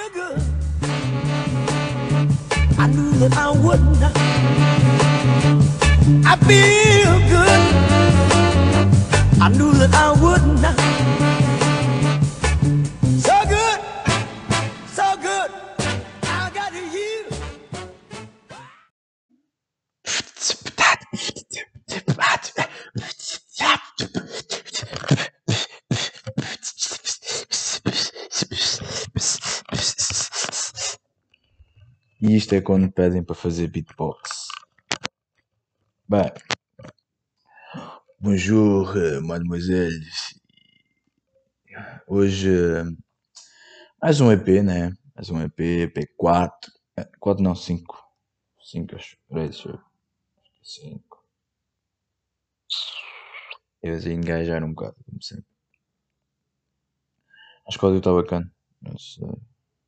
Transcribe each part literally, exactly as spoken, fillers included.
good. I knew that I would not. I feel good. I knew that I would not. So good, so good. I got you. E isto é quando pedem para fazer beatbox. Bem, bonjour, mademoiselles. Hoje, mais um E P, né? Mais um E P, E P quatro. quatro não, cinco. cinco, acho. Peraí, deixa eu ver. cinco. Eu ia engajar um bocado, como sempre. Acho que o áudio está bacana. Mas, uh...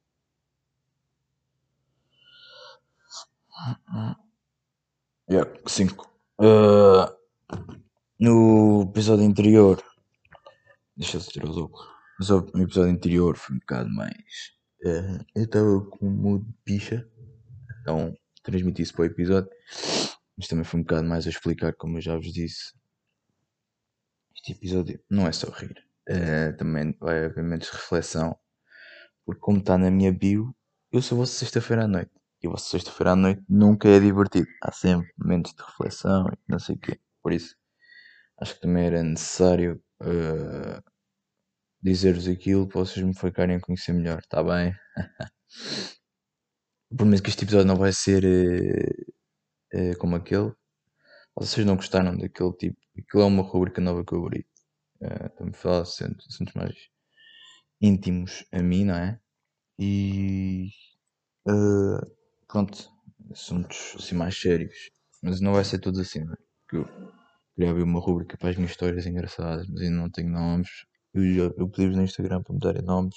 yeah, cinco. Uh... No episódio anterior, deixa eu tirar os óculos. No episódio anterior foi um bocado mais. Uh, eu estava com um mood de picha, então transmiti isso para o episódio, mas também foi um bocado mais a explicar, como eu já vos disse. Este episódio não é só rir, uh, também vai haver momentos de reflexão, porque como está na minha bio, eu sou vossa sexta-feira à noite, e a vossa sexta-feira à noite nunca é divertido, há sempre momentos de reflexão e não sei o quê, por isso acho que também era necessário uh, dizer-vos aquilo para vocês me ficarem a conhecer melhor, está bem? Prometo que este episódio não vai ser uh, uh, como aquele. Vocês não gostaram daquele tipo. Aquilo é uma rubrica nova que eu abri. Uh, Estamos a falar de assuntos, assuntos mais íntimos a mim, não é? E uh, pronto, assuntos assim mais sérios. Mas não vai ser todos assim, não é? Porque eu queria abrir uma rubrica para as minhas histórias engraçadas, mas ainda não tenho nomes. Eu, já- eu pedi-vos no Instagram para me darem nomes.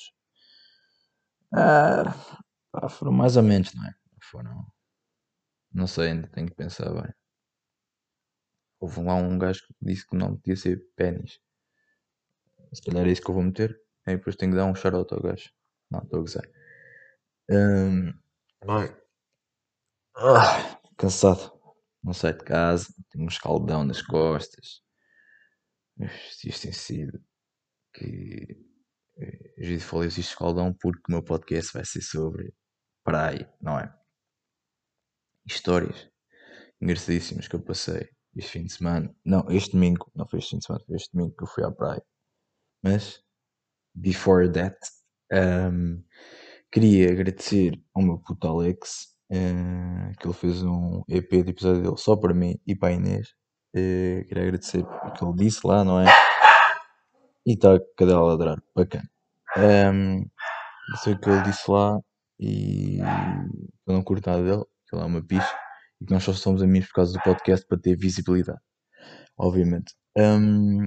Ah, pá, foram mais ou menos, não é? Foram. Não sei, ainda tenho que pensar bem. Houve lá um gajo que disse que não podia ser pênis. Se calhar é isso que eu vou meter. Aí depois tenho que dar um shout-out ao gajo. Não, estou a gozar. Hum, ai. Ah, cansado. Não saio de casa. Tenho um escaldão nas costas. Isto isto tem sido que. eh, Eu já falei isto escaldão porque o meu podcast vai ser sobre praia, não é? Histórias engraçadíssimas que eu passei este fim de semana. Não, este domingo. Não foi este fim de semana, foi este domingo que eu fui à praia. Mas, before that, um, queria agradecer ao meu puto Alex, eh, que ele fez um E P de episódio dele só para mim e para a Inês. Eh, queria agradecer o que ele disse lá, não é? E está a cadela a ladrar, bacana. Um, não sei o que ele disse lá e eu não curto nada dele, que ele é uma picha e que nós só somos amigos por causa do podcast para ter visibilidade, obviamente. Um,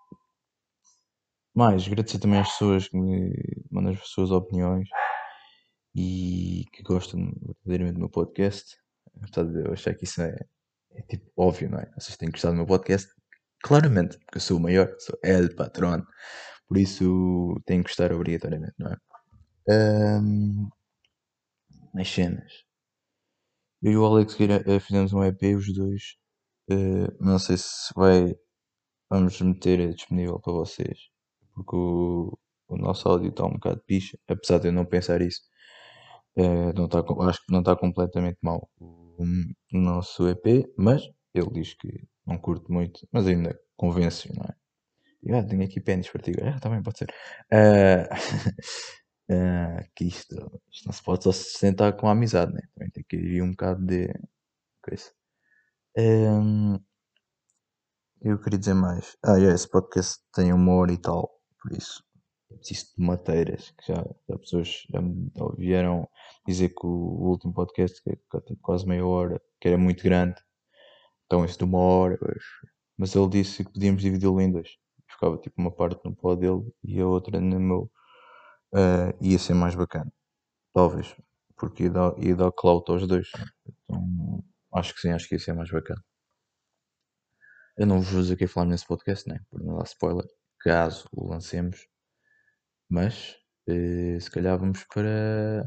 mais, agradecer também às pessoas que me mandam as suas opiniões e que gostam verdadeiramente do meu podcast. Apesar de eu achar que isso é, é tipo óbvio, não é? Vocês têm gostado do meu podcast, claramente, porque eu sou o maior, sou el patrão, por isso têm que gostar obrigatoriamente, não é? Um, mais cenas. Eu e o Alex Gueira, eh, fizemos um E P, os dois. Eh, não sei se vai. Vamos meter disponível para vocês. Porque o, o nosso áudio está um bocado picha. Apesar de eu não pensar isso. Eh, não tá, com- acho que não está completamente mal o, o nosso E P. Mas ele diz que não curte muito. Mas ainda convence, não é? E, ah, tenho aqui pênis para ti. Ah, também pode ser. Eh, eh, que isto, isto não se pode só sustentar com a amizade, né? Também tem que ir um bocado de coisa. Hum, eu queria dizer mais. Ah, yeah, esse podcast tem uma hora e tal, por isso eu preciso de matérias. Que já, já pessoas já me vieram dizer que o, o último podcast, que que tem quase meia hora, que era muito grande. Então esse de uma hora, pois. Mas ele disse que podíamos dividi-lo em dois. Ficava tipo uma parte no pod dele e a outra no meu. Ah, ia ser mais bacana, talvez. Porque ia dar, ia dar clout aos dois. Então acho que sim, acho que ia ser mais bacana. Eu não vos vou dizer o que é falar nesse podcast, né? Por não dar spoiler, caso o lancemos. Mas eh, se calhar vamos para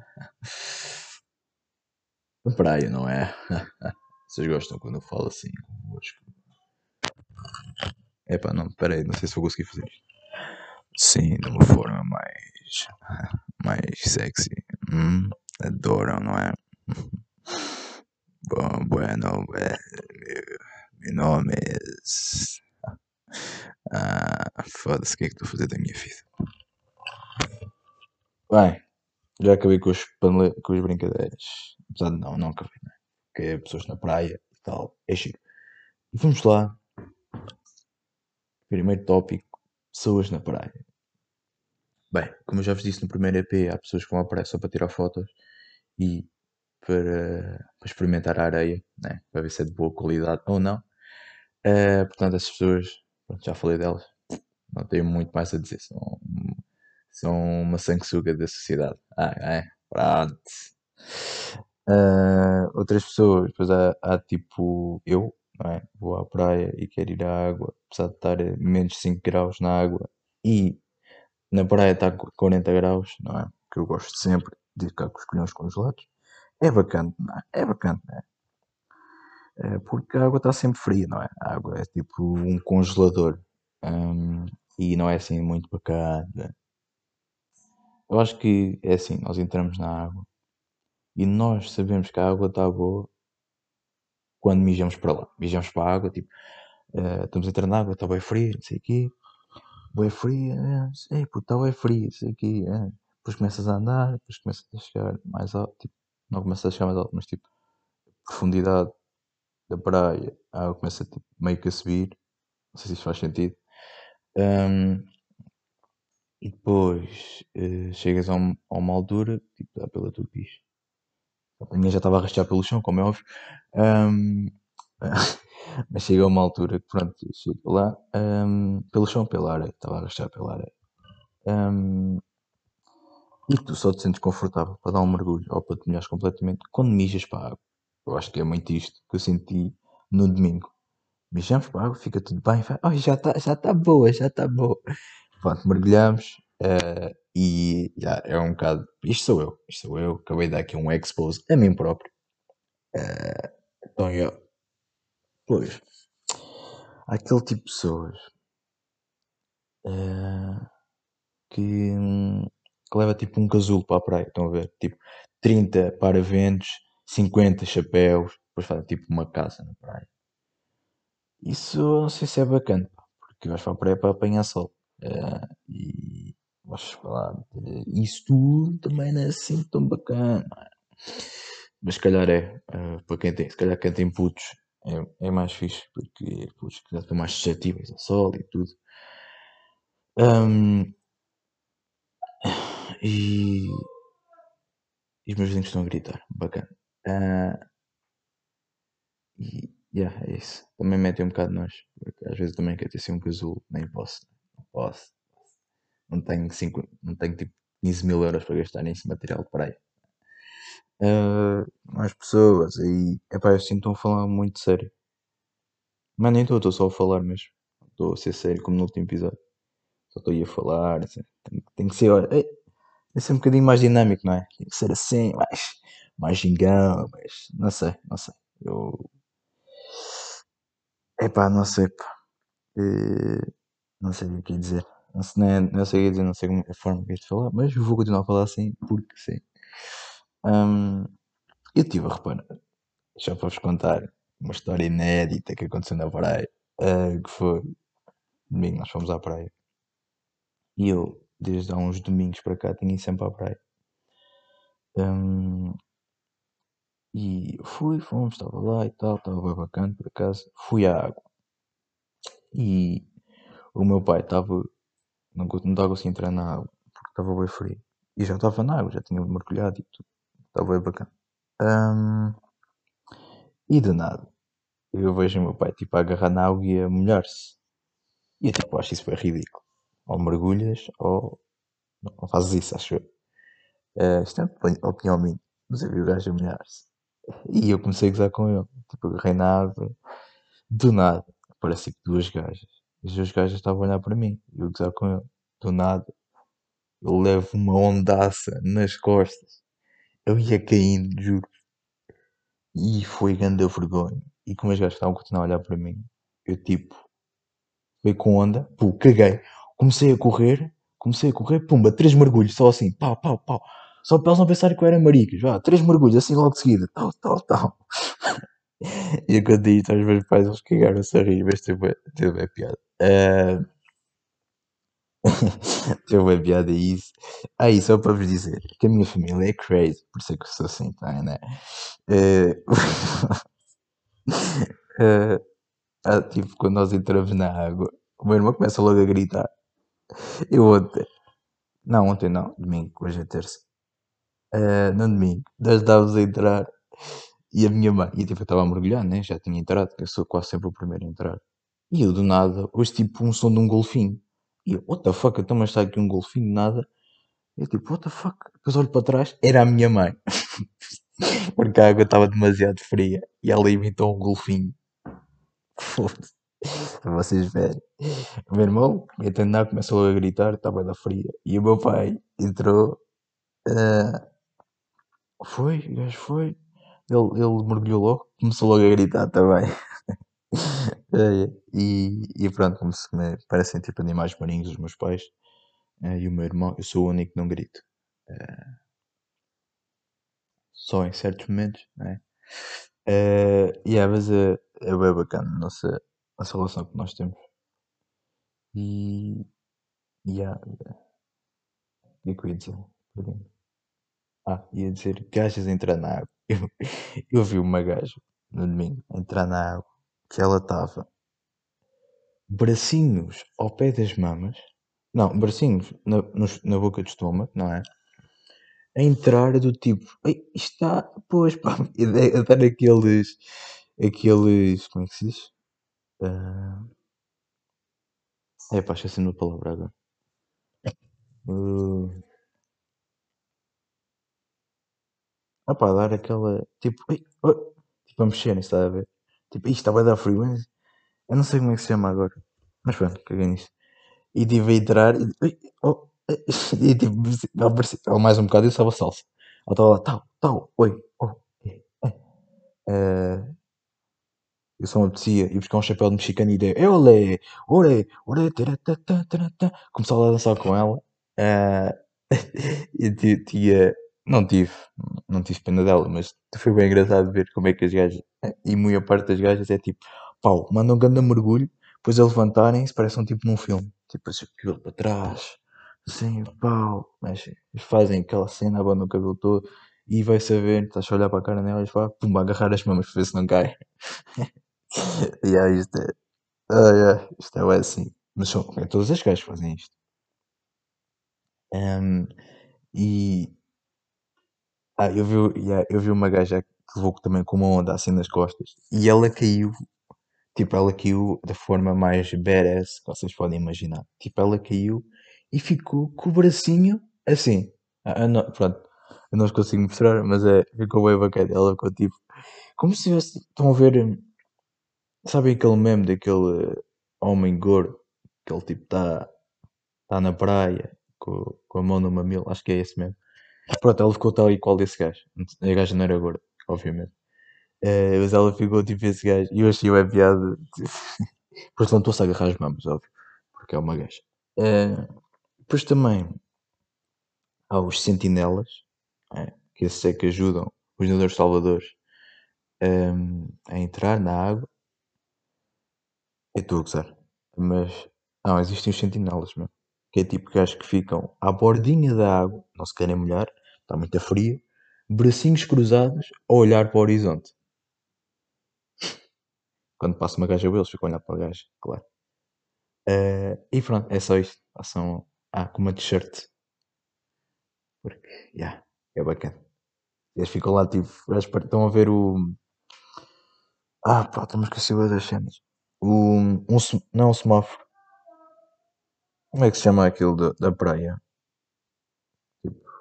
a praia, não é? Vocês gostam quando eu falo assim convosco? Epá, não, peraí, não sei se vou conseguir fazer isto. Sim, de uma forma mais, mais sexy. Hum, adoram, não é? Bom, bueno, é, meu nome é. Ah, foda-se, o que é que estou a fazer da minha vida? Bem, já acabei com os, panele... com as brincadeiras. Apesar de não, não acabei, né? Porque é pessoas na praia e tal, é giro. E vamos lá, primeiro tópico: pessoas na praia. Bem, como eu já vos disse no primeiro E P, há pessoas que vão à praia só para tirar fotos e para, para experimentar a areia, né? Para ver se é de boa qualidade ou não. Eh, portanto, essas pessoas, pronto, já falei delas, não tenho muito mais a dizer. São, são uma sanguessuga da sociedade. Ah, é, pronto. Ah, outras pessoas, depois há, há tipo eu, não é? Vou à praia e quero ir à água, apesar de estar a menos cinco graus na água e na praia está com quarenta graus, não é? Que eu gosto sempre de ficar com os colhões congelados. É bacana, não é? É bacana, não é? É, porque a água está sempre fria, não é? A água é tipo um congelador. Hum, e não é assim muito bacana. Eu acho que é assim, nós entramos na água e nós sabemos que a água está boa quando mijamos para lá. Mijamos para a água, tipo, eh, estamos a entrar na água, está bem fria, não sei o quê. Bem fria, é, ei, puto, está bem fria, não sei o quê. É. Depois começas a andar, depois começas a chegar mais alto, tipo, não começas a chegar mais alto, mas tipo, profundidade da praia, a água começa tipo, meio que a subir, não sei se isto faz sentido. Hum, e depois eh, chegas a, um- a uma altura, tipo, dá pela tua piche. A minha já estava a rastejar pelo chão, como é óbvio. Hum, mas chega a uma altura que, pronto, chego lá, hum, pelo chão, pela areia, estava a rastejar pela areia. Hum, e tu só te sentes confortável para dar um mergulho ou para te molhares completamente quando mijas para a água. Eu acho que é muito isto que eu senti no domingo. Mijamos para a água, fica tudo bem, vai, "Ai, já está já tá boa, já está boa." Pronto, mergulhamos eh, e já, é um bocado. Isto sou eu, isto sou eu. Acabei de dar aqui um expose a mim próprio. Eh, então, eu, pois, há aquele tipo de pessoas eh, que, hum, que leva tipo um casulo para a praia. Estão a ver? Tipo trinta paraventos, cinquenta chapéus, depois fazem tipo uma casa na praia. Isso eu não sei se é bacana, pá, porque vais para a praia para apanhar sol. Eh, e vais falar, eh, isso tudo também não é assim tão bacana. Mas se calhar é, eh, para quem tem, se calhar quem tem putos é, é mais fixe, porque putos que já estão mais suscetíveis ao sol e tudo. Ahm, e, e os meus vizinhos estão a gritar, bacana. Ah, e yeah, é isso. Também metem um bocado nós, porque às vezes também quero ter assim um casulo, nem posso, não posso. Não tenho, cinco, não tenho tipo quinze mil euros para gastar nesse material de praia. Ah, mais pessoas aí, epá, eu sinto que estão a falar muito sério. Mas nem estou, estou só a falar mesmo. Estou a ser sério como no último episódio. Só estou aí a falar, assim. Tem, tem que ser, olha, é, tem que ser um bocadinho mais dinâmico, não é? Tem que ser assim, mais, mais gingão, mas não sei, não sei. Eu, epá, não sei, pá. Eh, não sei o que ia dizer. Não sei, não, não sei o que ia dizer, não sei como é a forma que ia falar, mas vou continuar a falar assim, porque sim. Hum, eu estive a reparar, já para vos contar uma história inédita que aconteceu na praia, eh, que foi, domingo nós fomos à praia, e eu, desde há uns domingos para cá, tinha ido sempre à praia. Hum, e fui, fomos, estava lá e tal, estava bem bacana, por acaso. Fui à água e o meu pai estava, não, co- não estava a conseguir entrar na água, porque estava bem frio. E já estava na água, já tinha mergulhado e tudo, estava bem bacana. Hum, e de nada, eu vejo o meu pai tipo a agarrar na água e a molhar-se. E eu tipo, acho isso bem ridículo. Ou mergulhas ou não fazes isso, acho eu. Eh, isto é uma opinião minha. Mas eu vi o gajo a molhar-se. E eu comecei a gozar com ele. Tipo, agarrei na água, do nada. Parece tipo duas gajas. As duas gajas estavam a olhar para mim. E eu a gozar com ele. Do nada. eu levo uma ondaça nas costas. Eu ia caindo, juro. E foi grande a vergonha. E como os gajos estavam a continuar a olhar para mim, eu tipo, veio com onda, pô, caguei. Comecei a correr, comecei a correr, pumba, três mergulhos, só assim, pau, pau, pau. Só para eles não pensarem que eu era maricas, vá, três mergulhos, assim logo de seguida, tal, tal, tal. E eu contei isto aos meus pais, eles cagaram-se a rir, mas teve, teve bem piada. Ah, teve bem piada isso. Aí, só para vos dizer que a minha família é crazy, por isso é que eu sou assim, tá, né? Ah, ah, ah, tipo, quando nós entramos na água, o meu irmão começa logo a gritar. Eu ontem, não, ontem não, domingo, hoje é terça. Ah, no domingo, nós estávamos a entrar e a minha mãe, e tipo, eu estava a mergulhar, né? Já tinha entrado, que eu sou quase sempre o primeiro a entrar. E eu do nada, hoje tipo um som de um golfinho. E eu, what the fuck, então mas está aqui um golfinho, nada. Eu tipo, what the fuck? Depois olho para trás, era a minha mãe. Porque a água estava demasiado fria e ela imitou um golfinho. Foda-se. Para vocês verem. O meu irmão, entra na água, começou a gritar, estava da fria. E o meu pai entrou, ah, foi, o gajo foi. Ele, ele mergulhou logo, começou logo a gritar também. É, é. E, e pronto, como se me parecem tipo animais marinhos os meus pais, eh, e o meu irmão, eu sou o único que não grito. Eh, só em certos momentos, né? Eh, e yeah, mas é, é bem bacana a nossa, nossa relação que nós temos. E, yeah, o que é que eu ia dizer? Perdi-me. Ah, ia dizer gajas a entrar na água. Eu, eu vi uma gaja no domingo a entrar na água que ela estava bracinhos ao pé das mamas, não, bracinhos na, nos- na boca do estômago, não é? A entrar do tipo, "Ei, isto está, pois, pá, e a a dar aqueles, aqueles, como é que se diz? Ah, é pá, esqueci-me da palavra agora. Uh, ah pá, dar aquela, tipo, "Ei, oh", tipo a mexerem, está a ver? Tipo, isto está a dar frio, mas eu não sei como é que se chama agora. Mas pronto, caguei nisso. E tive a entrar e, "Ei, oh", e tipo, ela parecia- ela mais um bocado e eu estava salsa. Ela estava lá, tal, tal, oi, oh, eh, eh. Ah, eu só me apetecia ir buscar um chapéu de mexicano e de eu olé, olé, olé, taratata, taratá. Começava a dançar com ela. Ah, e ti- tinha, não tive, não tive pena dela, mas foi bem engraçado ver como é que as gajas, e muita parte das gajas é tipo, pau, mandam um grande mergulho, depois a levantarem-se, parecem tipo num filme, tipo assim, o cabelo para trás, assim, pau, mas fazem aquela cena, abanam o cabelo todo, e vai saber, estás a olhar para a cara nelas, pá, pum, agarrar as mamas para ver se não cai. E aí, isto é, ah, yeah, isto é bué assim. Mas são, é todas as gajas que fazem isto. Ahm, e ah, eu vi, yeah, eu vi uma gaja que levou também com uma onda assim nas costas e ela caiu, tipo, ela caiu da forma mais badass que vocês podem imaginar. Tipo, ela caiu e ficou com o bracinho assim. Ah, ah, não, pronto, eu não os consigo mostrar, mas é, ficou bem bacana. Ela ficou tipo, como se tivesse, estão a ver, hum, sabem aquele meme daquele eh, homem gordo, que ele tipo está está na praia com, com a mão no mamilo, acho que é esse mesmo. Pronto, ela ficou tal e qual desse gajo. A gaja não era gorda, obviamente. Eh, mas ela ficou tipo esse gajo. E eu achei a piada. Depois levantou-se a agarrar as mamas, óbvio. Porque é uma gaja. Eh, depois também há os sentinelas, eh, que esses é que ajudam os nadadores salvadores ehm, a entrar na água. Eu estou a gozar. Mas não, existem os sentinelas mesmo. Que é tipo gajos que ficam à bordinha da água, não se querem molhar, está muito frio, bracinhos cruzados a olhar para o horizonte. Quando passa uma gaja, eles ficam a olhar para a gaja, claro. Eh, e pronto, é só isto. Façam ah, com uma t-shirt. Porque, yeah, é bacana. Eles ficam lá, tipo, eles par- estão a ver o. Ah, pá, estamos a esquecer das cenas. O, um, sem- não, um semáforo. Como é que se chama aquilo da, da praia? Tipo,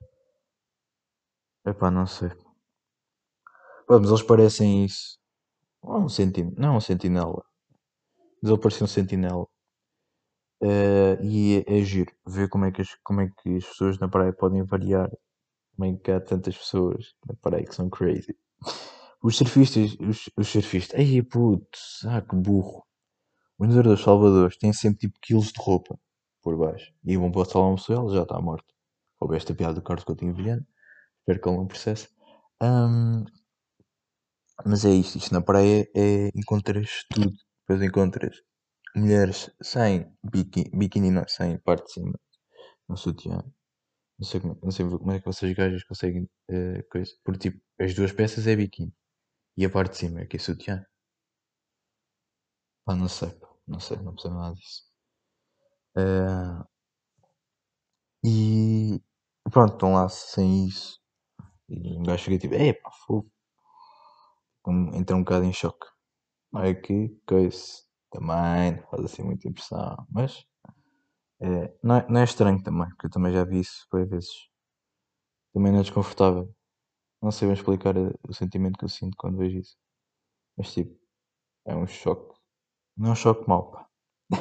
epá, não sei. Pá, mas eles parecem isso. Não, um sentinela. Não, um sentinela. Mas ele parecia um sentinela. Eh, e é, é giro ver como é, que as, como é que as pessoas na praia podem variar. Como é que há tantas pessoas na praia que são crazy. Os surfistas, os, os surfistas, ai putz, ah que burro. Os nadadores salvadores têm sempre tipo quilos de roupa por baixo. E vão para o salão pessoal, ele já está morto. Houve esta piada do Carlos Coutinho Vilhena. Espero que ele não processe. Ahm, mas é isto, isto na praia é encontras tudo. Depois encontras mulheres sem biquíni, biquíni não, sem parte de cima, no sutiã. Não sei, como, não sei como é que vocês gajas conseguem eh, coisa. Porque tipo, as duas peças é biquíni. E a parte de cima é que é sutiã. Pá, não sei, pá, não sei, não percebo nada disso. Eh, e pronto, estão lá sem isso. E um gajo fica tipo, é pá, fogo. Um, entra um bocado em choque. Não é que coisa também não faz assim muita impressão. Mas é, não, é, não é estranho também, porque eu também já vi isso por vezes. Também não é desconfortável. Não sei bem explicar eh, o sentimento que eu sinto quando vejo isso. Mas tipo, é um choque. Não é um choque mau, pá.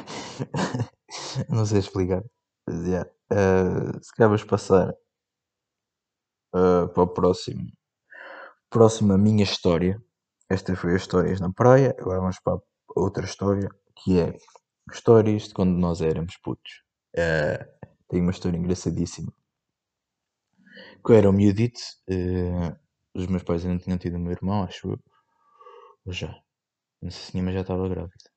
Não sei explicar. Mas, yeah. Eh, se calhar vamos passar eh, para o próximo. Próximo, a minha história. Esta foi as histórias na praia. Agora vamos para outra história, que é histórias de quando nós éramos putos. Eh, tenho uma história engraçadíssima. Que eu era um miudito. eh, os meus pais ainda tinham tido o meu irmão, acho eu. Ou já. Não sei se a minha mãe já estava grávida.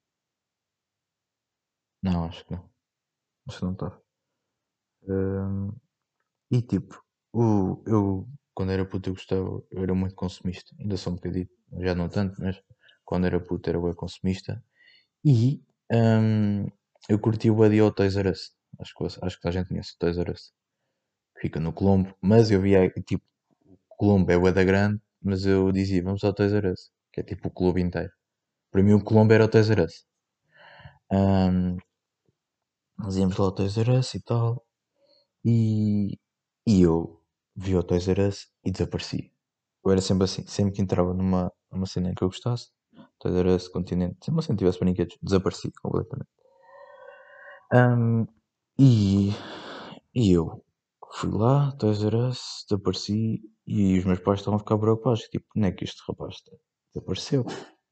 Não, acho que não. Acho que não estava. Eh, e tipo, o, eu, quando era puto, eu gostava. Eu era muito consumista. Ainda sou um bocadinho. Já não tanto, mas quando era puto, era bem consumista. E hum, eu curti o Buddy ao Toys R Us. Acho que, você- acho que toda a gente conhece o Toys R Us. Que fica no Colombo. Mas eu via, tipo, o Colombo é o da grande, mas eu dizia, vamos ao Toys R Us. Que é tipo o clube inteiro. Para mim o Colombo era o Toys R Us. Hum, nós íamos lá ao Toys R Us e tal. E, e eu vi o Toys R Us e desapareci. Eu era sempre assim. Sempre que entrava numa, numa cena em que eu gostasse, Toys R Us, Continente, sempre assim tivesse brinquedos, desapareci completamente. Hum, e, e eu fui lá, Toys R Us, desapareci e os meus pais estavam a ficar preocupados. Tipo, como é que este rapaz está- desapareceu?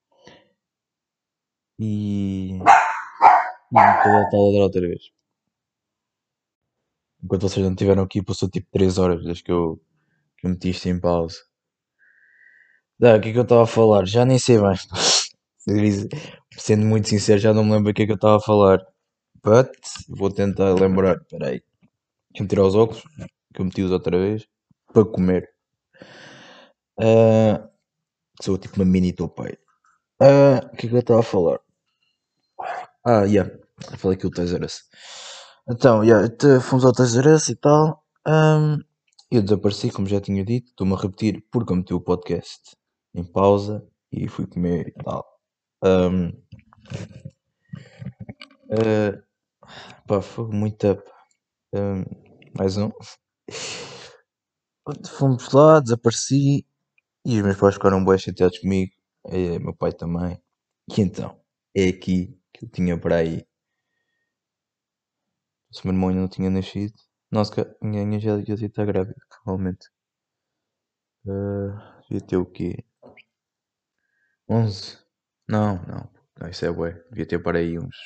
E, e depois ele está a ladrar outra vez. Enquanto vocês não tiveram aqui, passou tipo três horas desde que eu, que eu meti isto em pausa. Dá, o que é que eu estava a falar? Já nem sei mais. Sendo muito sincero, já não me lembro o que é que eu estava a falar. But, vou tentar lembrar. Espera aí. Deixa-me tirar os óculos, que eu meti-os outra vez. Para comer. Ah, sou tipo uma mini topeira. Ah, o que é que eu estava a falar? Ah, yeah. Eu falei que o Toys R Us. Então, yeah, te- fomos ao Toys R Us e tal. Ahm, eu desapareci, como já tinha dito. Estou-me a repetir porque eu meti o podcast em pausa e fui comer e tal. Ahm, ah, pá, foi muito up. Ahm, mais um. Fomos lá, desapareci e os meus pais ficaram bem chateados comigo. E meu pai também. E então, é aqui que eu tinha para aí. Se o meu irmão ainda não tinha nascido. Nossa, ca- minha minha já devia estar grávida, provavelmente. Ah, devia ter o quê? Onze. Não, não. Não, isso é bué. Devia ter para aí uns.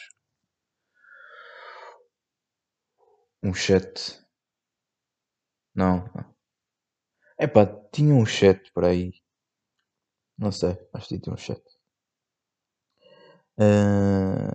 Uns sete. Não, não. Epá, tinha uns sete por aí. Não sei, acho que tinha uns sete. Ah,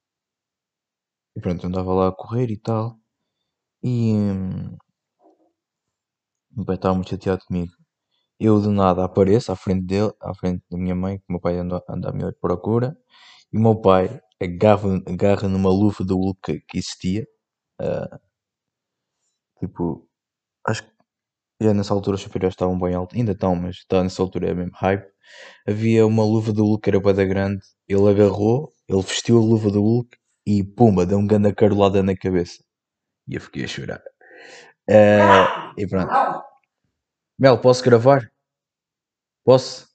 e pronto, eu andava lá a correr e tal. E hum, o meu pai estava muito chateado comigo. Eu do nada apareço à frente dele, à frente da minha mãe, que o meu pai anda, anda à minha procura. E o meu pai agarra, agarra numa luva do Hulk que que existia. ah, tipo, acho que já nessa altura os superiores estavam bem altos. Ainda estão, mas está nessa altura é mesmo hype. Havia uma luva do Hulk que era bué da grande. Ele agarrou, ele vestiu a luva do Hulk e pumba, deu um grande carolada na cabeça. E eu fiquei a chorar. Ah, e pronto. Mel, posso gravar? Posso?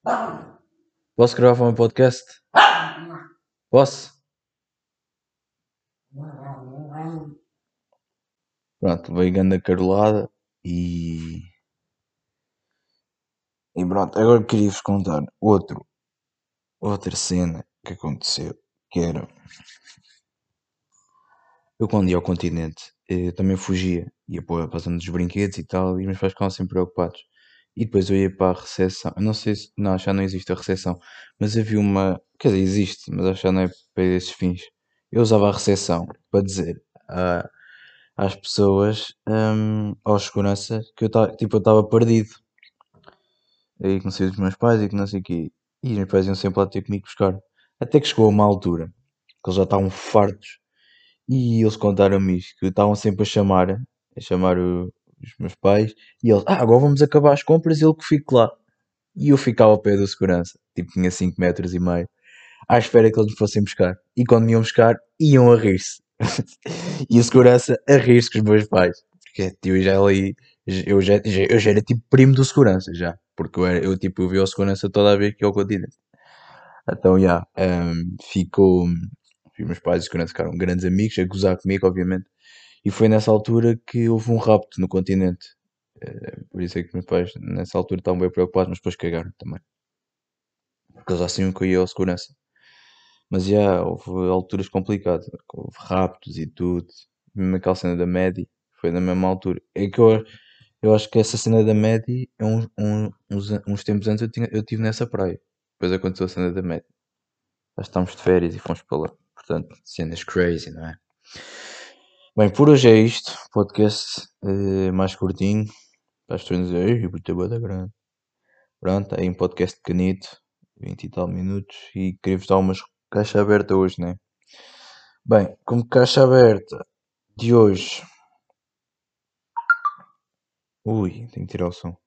Posso gravar para o meu podcast? Posso? Pronto, levei grande carolada e. E pronto, agora queria-vos contar outro, outra cena que aconteceu, que era, eu quando ia ao continente, eh, também fugia, ia para para a zona dos brinquedos e tal, e os meus pais ficavam sempre preocupados. E depois eu ia para a recepção, eu não sei se, não, já não existe a recepção, mas havia uma, quer dizer, existe, mas acho que já não é para esses fins. Eu usava a recepção para dizer a- às pessoas, hum, aos seguranças, que eu estava, tipo, eu estava perdido. Aí conheci os meus pais e que não sei o quê. E os meus pais iam sempre lá ter comigo buscar. Até que chegou a uma altura que eles já estavam fartos e eles contaram-me isto, que estavam sempre a chamar, a chamar o- os meus pais e eles, ah, agora vamos acabar as compras e ele que fique lá. E eu ficava ao pé da segurança, tipo, tinha cinco metros e meio, à espera que eles me fossem buscar. E quando me iam buscar, iam a rir-se. E a segurança a rir-se com os meus pais. Porque tipo, eu já ali, eu já, já- eu já era tipo primo do segurança, já. Porque eu, era, eu tipo, eu vi o segurança toda a vez que eu continente. Então, já, ehm, ficou. Os meus pais e o segurança ficaram grandes amigos, a gozar comigo, obviamente. E foi nessa altura que houve um rapto no continente. Eh, por isso é que meus pais, nessa altura, estavam bem preocupados, mas depois cagaram também. Porque eles já sabiam que eu ia ao segurança. Mas já, houve alturas complicadas. Houve raptos e tudo. Mesmo aquela cena da Medi. Foi na mesma altura. É que eu, eu acho que essa cena da Medi, é uns, um- uns, uns tempos antes eu, tinha, eu estive nessa praia. Depois aconteceu a cena da Medi. Já estávamos de férias e fomos para lá. Portanto, cenas crazy, não é? Bem, por hoje é isto. Podcast eh, mais curtinho. Estás a dizer, ei, muito boa da grande. Pronto, é um podcast pequenito, vinte e tal minutos. E queria-vos dar umas caixa aberta hoje, né? Bem, como caixa aberta de hoje. Ui, tenho que tirar o som.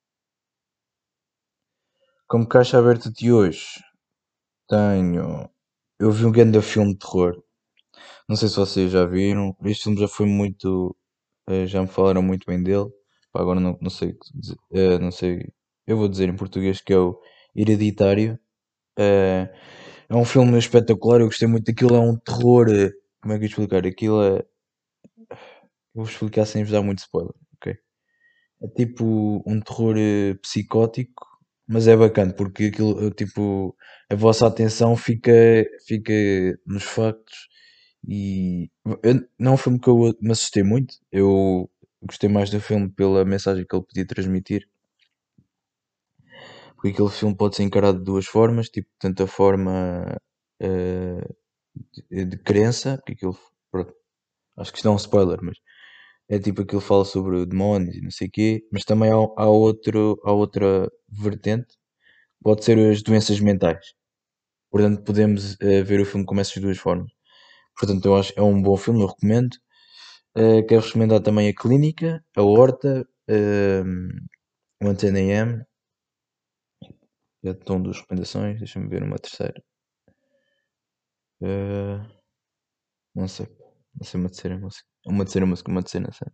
Como caixa aberta de hoje, tenho. Eu vi um grande filme de terror. Não sei se vocês já viram. Este filme já foi muito. eh, Já me falaram muito bem dele. Pá, agora não, não sei. o que dizer- eh, Não sei. Eu vou dizer em português que é o Hereditário. Eh, É um filme espetacular. Eu gostei muito daquilo. É um terror. eh, Como é que eu ia explicar? Aquilo é. Eu vou explicar sem vos dar muito spoiler. Ok? É tipo um terror eh, psicótico, mas é bacana porque aquilo, eh, tipo, a vossa atenção fica, fica nos factos e eu- não é um filme que eu me assustei muito. Eu gostei mais do filme pela mensagem que ele podia transmitir, porque aquele filme pode ser encarado de duas formas, tipo, tanto a forma eh, de, de crença, porque aquilo, pronto, acho que isto não é um spoiler, mas é tipo aquilo que fala sobre demónios e não sei o quê, mas também há, há, outro, há outra vertente, pode ser as doenças mentais. Portanto, podemos eh, ver o filme como essas duas formas. Portanto, eu acho que é um bom filme, eu recomendo. Eh, quero recomendar também a Clínica, a Horta, ehm, o Antena M, já estão duas recomendações, deixa-me ver uma terceira. Eh, não sei, não sei uma terceira música. Uma terceira música, uma terceira, não sei.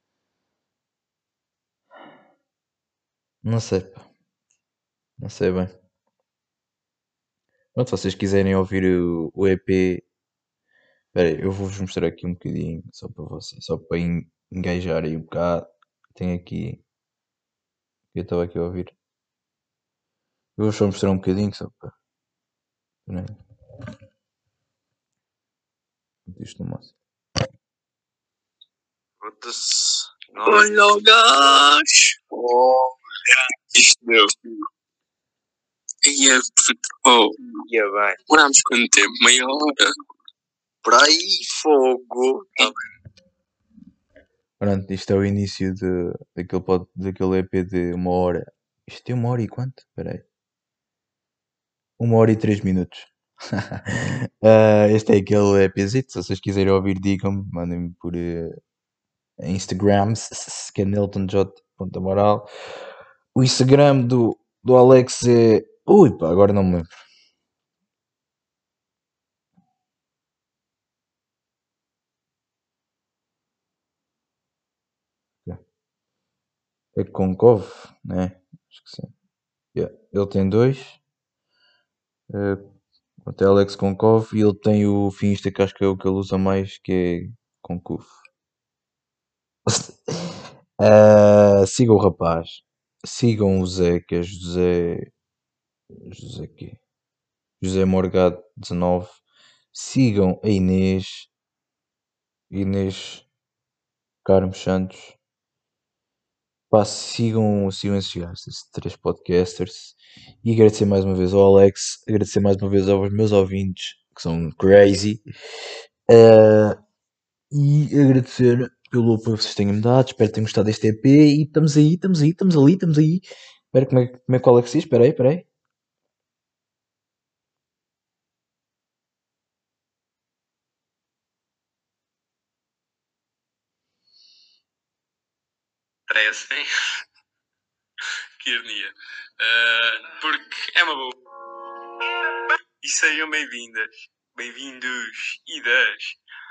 Não sei, pá, não sei bem. Pronto, se vocês quiserem ouvir o, o E P. Espera aí, eu vou-vos mostrar aqui um bocadinho, só para vocês, só para en- engajar aí um bocado. Tenho aqui, eu estava aqui a ouvir. Eu vou só mostrar um bocadinho, só para. Né, isto no máximo. Foda-se. Olha o gajo. Olha, isto deu. Ia, oh, ia bem. Demorámos quanto tempo? Meia hora? Por aí, fogo. Tá bem. Pronto, isto é o início de, daquele, pod- daquele E P de uma hora. Isto tem uma hora e quanto? Espera aí. Uma hora e três minutos. Ah, este é aquele EPzito. Se vocês quiserem ouvir, digam-me. Mandem-me por eh, Instagram, s- s- que é Nelton J. Moral. O Instagram do, do Alex é. Ui, pá, agora não me lembro. É Concov, né? Acho que sim. Yeah. Ele tem dois. eh, Até Alex Konkov e ele tem o Finsta, que acho que é o que ele usa mais, que é Konkuf. Ah, sigam o rapaz. Sigam o Zé, que é José. José quê? José Morgado dezanove. Sigam a Inês. Inês Carmo Santos. Pá, sigam, sigam esses gajos, esses três podcasters. E agradecer mais uma vez ao Alex. Agradecer mais uma vez aos meus ouvintes, que são crazy. Ah, e agradecer pelo apoio que vocês tenham me dado. Espero que tenham gostado deste E P. E estamos aí, estamos aí, estamos ali, estamos aí. Espera, como é, como é que o Alex diz? Espera aí, espera aí. Parece, hein? Que ironia. Uh, porque é uma boa. E sejam bem-vindas, bem-vindos e das.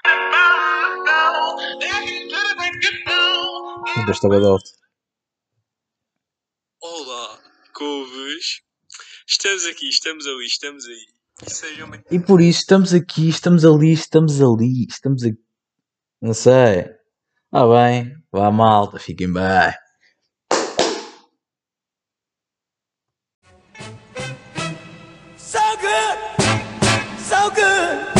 Ainda está bem alto. Olá, couves. Estamos aqui, estamos ali, estamos aí. E sejam bem. E por isso estamos aqui, estamos ali, estamos ali, estamos aqui. Não sei. Ah bem, vá malta, fiquem bem. So good, so good.